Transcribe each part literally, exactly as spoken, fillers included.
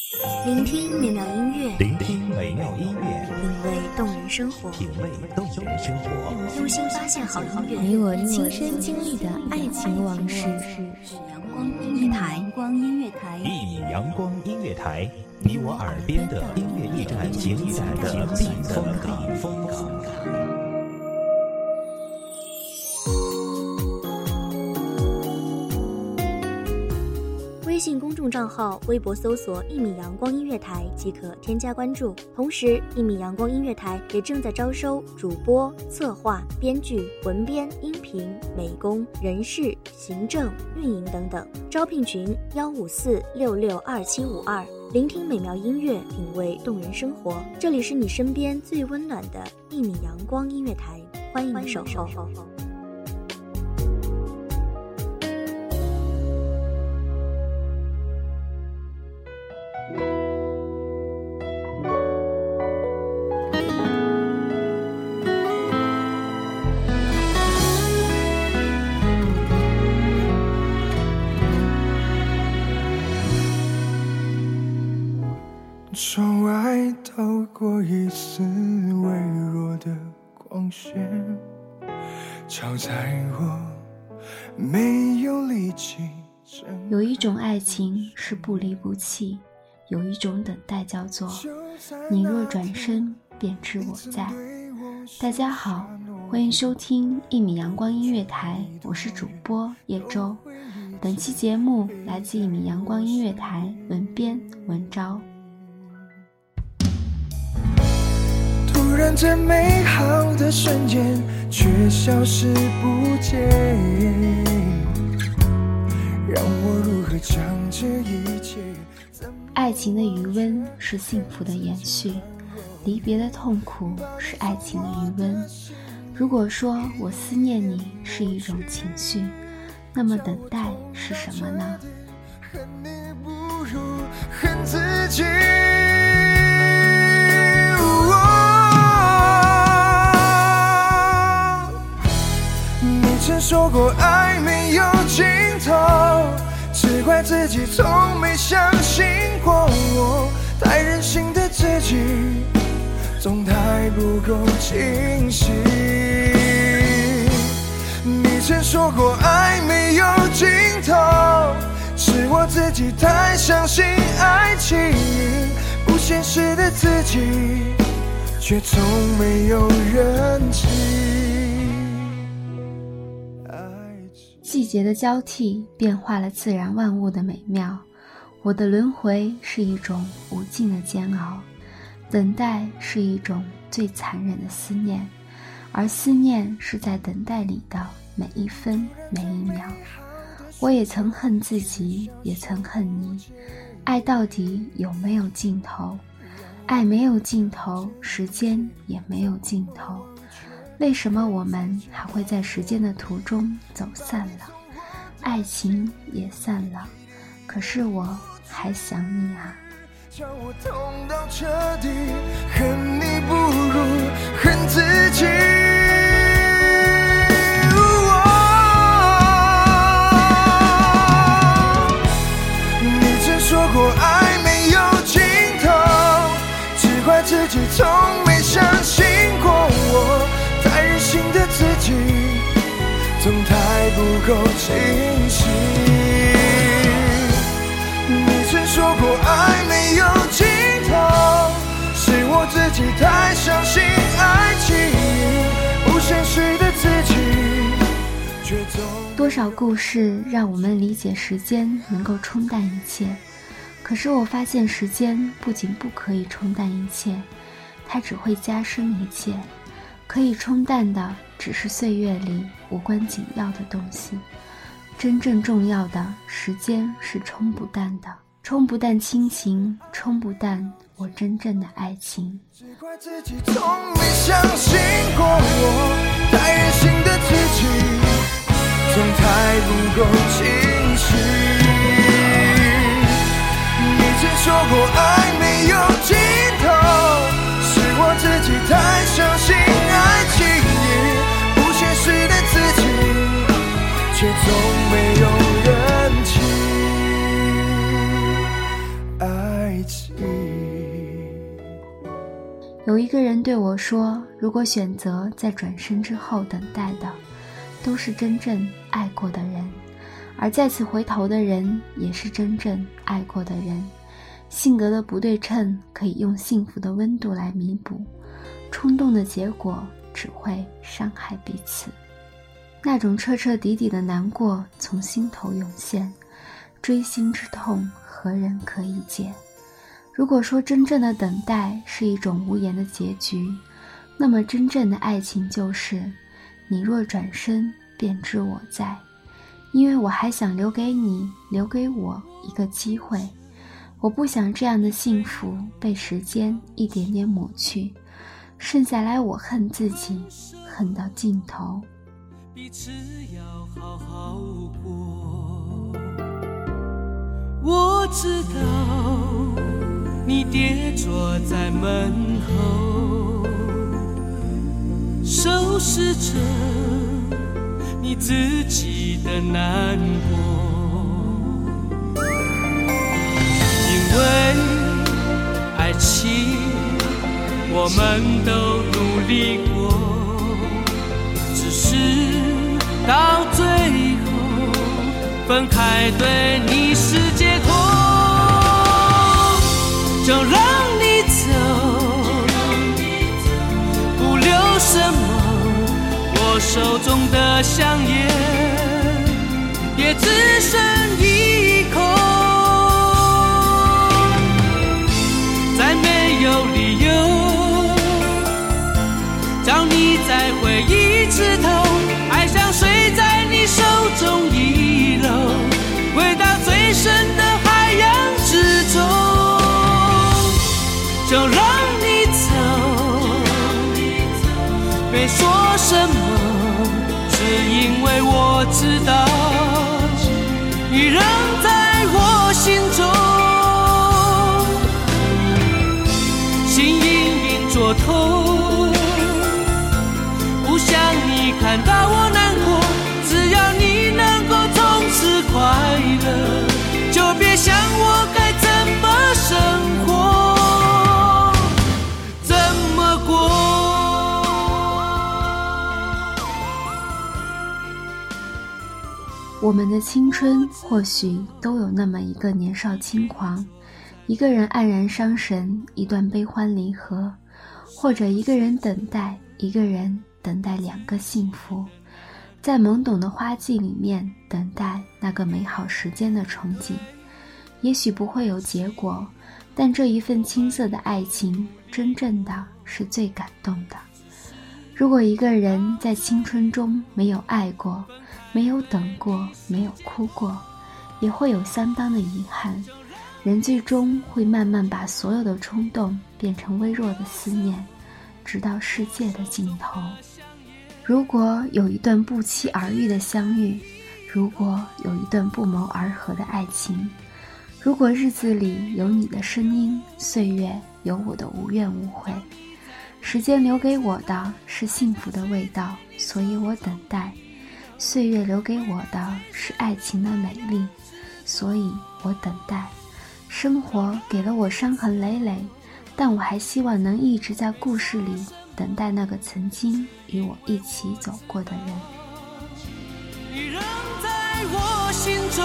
聆听美妙音乐， 聆听美妙音乐， 品味动人生活， 品味动人生活， 用心发现好音乐， 你我亲身经历的爱情往事。 阳光音乐台，阳光音乐台， 一米阳光音乐台，你我耳边的音乐驿站，情感的避风港。 微信公众账号、微博搜索“一米阳光音乐台”即可添加关注。同时，一米阳光音乐台也正在招收主播、策划、编剧、文编、音频、美工、人事、行政、运营等等。招聘群：幺五四六六二七五二。聆听美妙音乐，品味动人生活。这里是你身边最温暖的一米阳光音乐台，欢迎你守候。 窗外透过一丝微弱的光线，照在我没有力气。 有一种爱情是不离不弃，有一种等待叫做你若转身便知我在。大家好，欢迎收听一米阳光音乐台，我是主播叶舟。本期节目来自一米阳光音乐台，文编文昭。 突然这美好的瞬间却消失不见，让我如何将这一切。 爱情的余温是幸福的延续，离别的痛苦是爱情的余温。如果说我思念你是一种情绪，那么等待是什么呢？ 恨你不如恨自己。曾说过爱没有尽头，只怪自己从没相信过我，太任性的自己总太不够清醒。你曾说过爱没有尽头，是我自己太相信爱情，不现实的自己却从没有认清。 季节的交替变化了自然万物的美妙，我的轮回是一种无尽的煎熬，等待是一种最残忍的思念，而思念是在等待里的每一分每一秒。我也曾恨自己，也曾恨你，爱到底有没有尽头？爱没有尽头，时间也没有尽头。为什么我们还会在时间的途中走散了，爱情也散了，可是我还想你啊。 叫我痛到彻底，恨你不如恨自己。你曾说过爱没有尽头，只怪自己从没相信过我，太任性的自己总太不够清醒。你曾说过爱没有尽头，是我自己太相信爱情，不现实的自己却总。 多少故事让我们理解时间能够冲淡一切，可是我发现时间不仅不可以冲淡一切，它只会加深一切。可以冲淡的只是岁月里无关紧要的东西，真正重要的时间是冲不淡的，冲不淡亲情，冲不淡我真正的爱情。 只怪自己从没相信过我，太任性的自己总太不够清醒。你曾说过爱没有尽头，是我自己太相信爱情，不现实的自己却从没有认清爱情。 有一个人对我说，如果选择在转身之后等待的，都是真正爱过的人，而再次回头的人也是真正爱过的人。性格的不对称可以用幸福的温度来弥补，冲动的结果只会伤害彼此。那种彻彻底底的难过从心头涌现，锥心之痛何人可以解？如果说真正的等待是一种无言的结局，那么真正的爱情就是你若转身便知我在，因为我还想留给你，留给我一个机会。我不想这样的幸福被时间一点点抹去，剩下来我恨自己，恨到尽头。 彼此要好好过，我知道你跌坐在门后，收拾着你自己的难过。因为爱情我们都努力过，只是到最后分开对你是解脱。就让你走，不留什么，我手中的香烟也只剩一口。再没有理由叫你再回一次头，爱像水在你手中遗漏，回到最深的海洋之中。就让你走，别说什么，只因为我知道你仍在我心中。心隐隐作痛，不想你看到我难过，只要你能够从此快乐，就别想我该怎么生活，怎么过。 我们的青春或许都有那么一个年少轻狂，一个人黯然伤神，一段悲欢离合，或者一个人等待，一个人等待两个幸福，在懵懂的花季里面等待那个美好时间的憧憬。也许不会有结果，但这一份青涩的爱情真正的是最感动的。如果一个人在青春中没有爱过，没有等过，没有哭过，也会有相当的遗憾。人最终会慢慢把所有的冲动变成微弱的思念，直到世界的尽头。如果有一段不期而遇的相遇，如果有一段不谋而合的爱情，如果日子里有你的声音，岁月有我的无怨无悔，时间留给我的是幸福的味道，所以我等待。岁月留给我的是爱情的美丽，所以我等待。生活给了我伤痕累累，但我还希望能一直在故事里等待那个曾经与我一起走过的人。 你仍在我心中，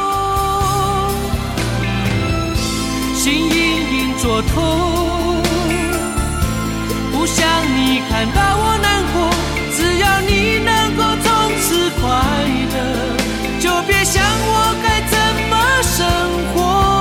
心隐隐作痛，不想你看到我难过，只要你能够从此快乐，就别想我该怎么生活。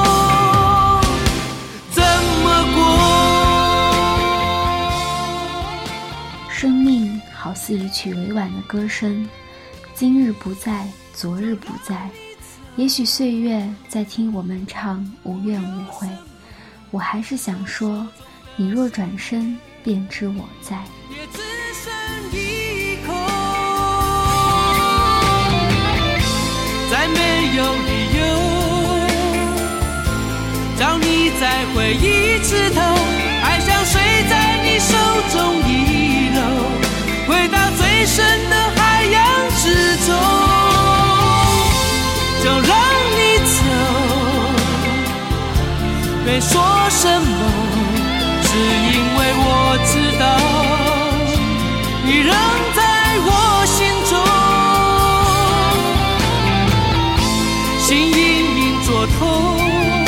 生命好似一曲委婉的歌声，今日不在，昨日不在，也许岁月在听我们唱无怨无悔。我还是想说，你若转身便知我在。 也只剩一口，再没有理由叫你再回一次头，爱像水在你手中遗漏，回到最深的海洋之中。就让你走，别说什么，只是因为我知道你仍在我心中，心隐隐作痛，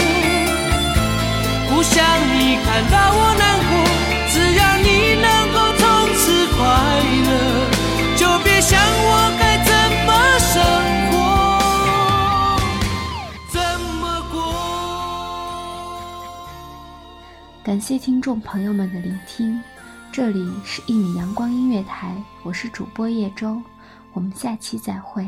不想你看到我难过，只要你能够从此快乐，就别想我该怎么生活，怎么过。 感谢听众朋友们的聆听，这里是一米阳光音乐台，我是主播叶舟，我们下期再会。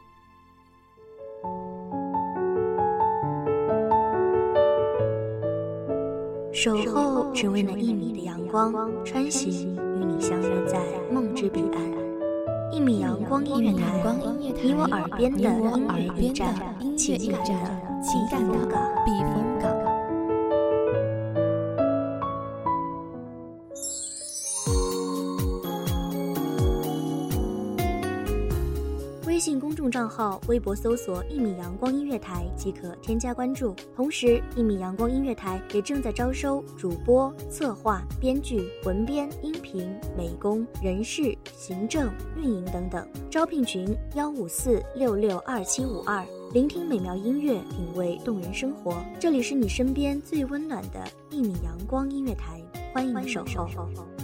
守候只为那一米的阳光，穿行与你相约在梦之彼岸。一米阳光音乐台，你我耳边的音乐驿站，情感的避风港。微信公众账号、微博搜索“一米阳光音乐台”即可添加关注。同时，一米阳光音乐台也正在招收主播、策划、编剧、文编、音频、美工、人事、行政、运营等等。招聘群：幺五四六六二七五二。聆听美妙音乐，品味动人生活。这里是你身边最温暖的一米阳光音乐台，欢迎守候。